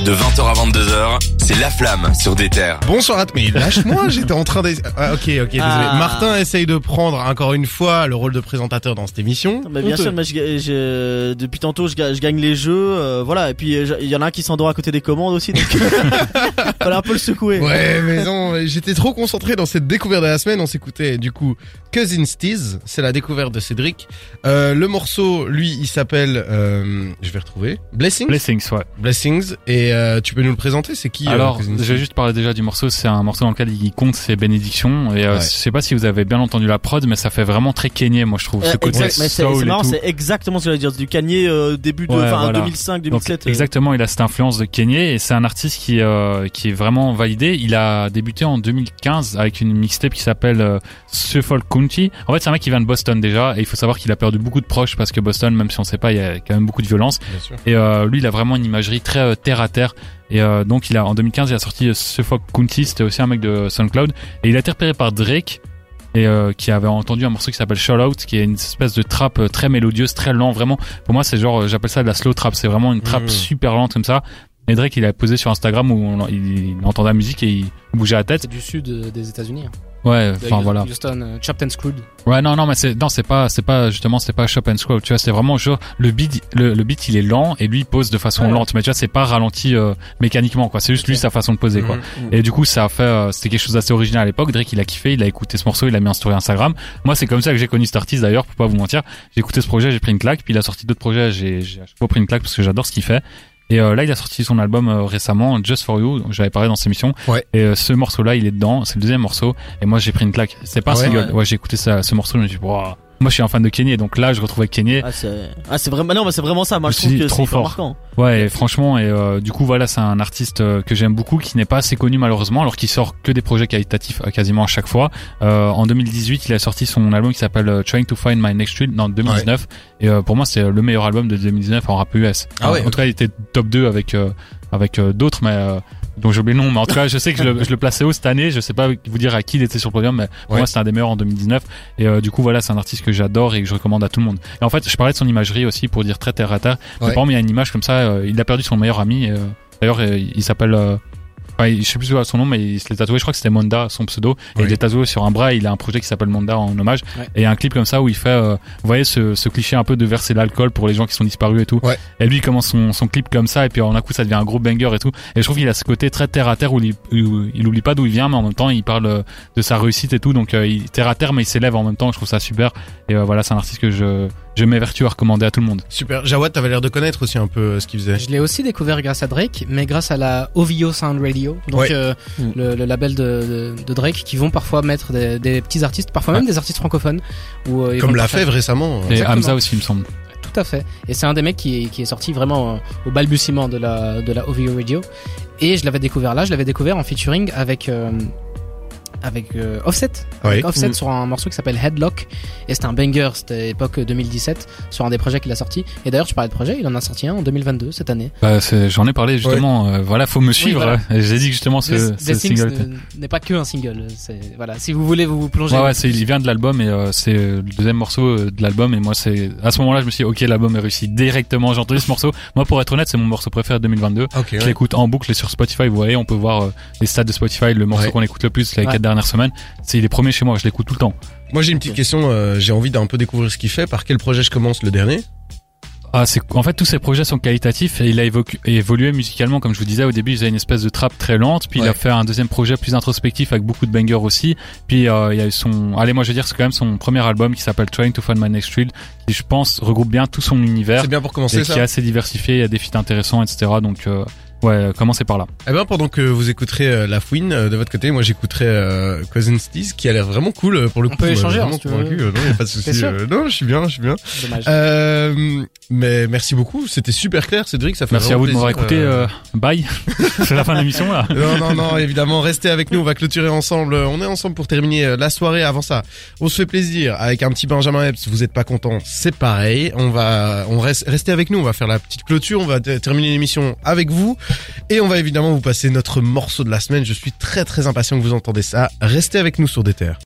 De 20h à 22h, c'est La Flamme sur des terres. Bonsoir à tous. Mais lâche-moi, j'étais en train d'essayer. Ok, désolé. Martin essaye de prendre encore une fois le rôle de présentateur dans cette émission. Bah, bien sûr, mais depuis tantôt je gagne les jeux, voilà. Et puis il y en a un qui s'endort à côté des commandes aussi, donc fallait un peu le secouer. Ouais, mais non, j'étais trop concentré dans cette découverte de la semaine. On s'écoutait du coup Cousin Steez, c'est la découverte de Cédric. Le morceau, lui, il s'appelle, je vais retrouver, Blessings, ouais. Blessings. Et tu peux nous le présenter, c'est qui? Alors, je vais juste parler déjà du morceau. C'est un morceau dans lequel il compte ses bénédictions. Et je sais pas si vous avez bien entendu la prod, mais ça fait vraiment très Kanye, moi je trouve. Ce côté mais c'est marrant, c'est exactement ce que j'allais dire. Du Kanye début de, voilà. 2005, 2007. Donc, exactement, il a cette influence de Kanye et c'est un artiste qui est vraiment validé. Il a débuté en 2015 avec une mixtape qui s'appelle Suffolk County. En fait, c'est un mec qui vient de Boston déjà et il faut savoir qu'il a perdu beaucoup de proches parce que Boston, même si on sait pas, il y a quand même beaucoup de violence. Et lui, il a vraiment une imagerie très terre à terre. Et donc en 2015 il a sorti Suffolk County, c'était aussi un mec de SoundCloud et il a été repéré par Drake et qui avait entendu un morceau qui s'appelle Shout Out, qui est une espèce de trap très mélodieuse, très lent, vraiment. Pour moi c'est genre, j'appelle ça de la slow trap, c'est vraiment une trap super lente comme ça. Et Drake il a posé sur Instagram où il entendait la musique et il bougeait la tête. C'est du sud des États-Unis. Ouais, enfin voilà. Houston, Chopped and Screwed. Ouais, non, mais c'est pas Chop and Scroll, tu vois, c'est vraiment genre, le beat il est lent et lui il pose de façon lente, mais tu vois, c'est pas ralenti, mécaniquement, quoi, c'est juste lui sa façon de poser, quoi. Et du coup, ça a fait, c'était quelque chose d'assez original à l'époque. Drake, il a kiffé, il a écouté ce morceau, il a mis en story Instagram. Moi, c'est comme ça que j'ai connu cet artiste d'ailleurs, pour pas vous mentir. J'ai écouté ce projet, j'ai pris une claque, puis il a sorti d'autres projets, j'ai à chaque fois pris une claque parce que j'adore ce qu'il fait. Et là, il a sorti son album récemment, Just For You, j'avais parlé dans cette émission. Ouais. Et ce morceau-là, il est dedans, c'est le deuxième morceau. Et moi, j'ai pris une claque. C'est pas un single. Ouais, j'ai écouté ce morceau, je me suis dit, wow. Moi, je suis un fan de Kanye, donc là, je retrouvais Kanye. C'est vraiment, non, mais c'est vraiment ça. Moi, je trouve que c'est trop marquant. Ouais, et franchement, du coup, voilà, c'est un artiste que j'aime beaucoup, qui n'est pas assez connu malheureusement, alors qu'il sort que des projets qualitatifs quasiment à chaque fois. En 2018, il a sorti son album qui s'appelle Trying to Find My Next Street en 2019. Ouais. Et pour moi, c'est le meilleur album de 2019 en rap US. En tout cas, il était top 2 avec d'autres, mais donc j'ai oublié le nom, mais en tout cas je sais que je le plaçais haut cette année. Je sais pas vous dire à qui il était sur le podium, mais pour moi c'était un des meilleurs en 2019. Et du coup voilà, c'est un artiste que j'adore et que je recommande à tout le monde. Et en fait je parlais de son imagerie aussi pour dire très terre à terre. Par exemple il y a une image comme ça, il a perdu son meilleur ami. D'ailleurs il s'appelle je sais plus son nom, mais il se l'est tatoué, je crois que c'était Monda, son pseudo, et il l'est tatoué sur un bras, et il a un projet qui s'appelle Monda en hommage, et il y a un clip comme ça où il fait, vous voyez ce cliché un peu de verser l'alcool pour les gens qui sont disparus et tout, et lui il commence son clip comme ça, et puis en un coup ça devient un gros banger et tout, et je trouve qu'il a ce côté très terre à terre où il oublie pas d'où il vient, mais en même temps il parle de sa réussite et tout, donc il terre à terre mais il s'élève en même temps, je trouve ça super, et voilà, c'est un artiste que je m'évertue à recommander à tout le monde. Super. Jawad, t'avais l'air de connaître aussi un peu ce qu'il faisait. Je l'ai aussi découvert grâce à Drake, mais grâce à la OVO Sound Radio, donc le label de Drake, qui vont parfois mettre des petits artistes, parfois même des artistes francophones. Comme l'a fait récemment. Et Hamza aussi, il me semble. Tout à fait. Et c'est un des mecs qui est sorti vraiment au balbutiement de la OVO Radio. Et je l'avais découvert en featuring avec Offset, Offset sur un morceau qui s'appelle Headlock, et c'était un banger, c'était époque 2017 sur un des projets qu'il a sorti. Et d'ailleurs tu parlais de projet, il en a sorti un en 2022 cette année. J'en ai parlé justement, voilà, faut me suivre. Voilà. J'ai dit que justement ce single n'est pas que un single, voilà, si vous voulez vous plonger. Il vient de l'album et c'est le deuxième morceau de l'album, et moi c'est à ce moment-là je me suis dit OK, l'album est réussi directement. J'ai entendu ce morceau, moi pour être honnête c'est mon morceau préféré de 2022. Je l'écoute en boucle et sur Spotify, vous voyez, on peut voir les stats de Spotify, le morceau qu'on écoute le plus les 4 dernières semaines, c'est les premiers chez moi, je l'écoute tout le temps. Moi j'ai une petite question, j'ai envie d'un peu découvrir ce qu'il fait. Par quel projet je commence, le dernier? En fait tous ces projets sont qualitatifs et il a évolué musicalement, comme je vous disais au début, il faisait une espèce de trap très lente, puis il a fait un deuxième projet plus introspectif avec beaucoup de bangers aussi, puis il y a eu moi je veux dire c'est quand même son premier album qui s'appelle Trying to Find My Next Street, qui je pense regroupe bien tout son univers. C'est bien pour commencer, qui est assez diversifié, il y a des feats intéressants, etc. Donc commencez par là. Eh ben, pendant que vous écouterez La Fouine de votre côté, moi j'écouterai Cousin Steez, qui a l'air vraiment cool pour le coup. On peut échanger, vraiment convaincu. Non, y a pas de souci. Non, je suis bien. Dommage. Mais merci beaucoup, c'était super clair, Cédric, ça fait merci à vous de m'avoir écouté. Bye. C'est la fin de l'émission là. Non, évidemment, restez avec nous, on va clôturer ensemble. On est ensemble pour terminer la soirée. Avant ça, on se fait plaisir avec un petit Benjamin Epps. Vous êtes pas content, c'est pareil. Restez avec nous, on va faire la petite clôture, on va terminer l'émission avec vous. Et on va évidemment vous passer notre morceau de la semaine. Je suis très très impatient que vous entendez ça. Restez avec nous sur des terres.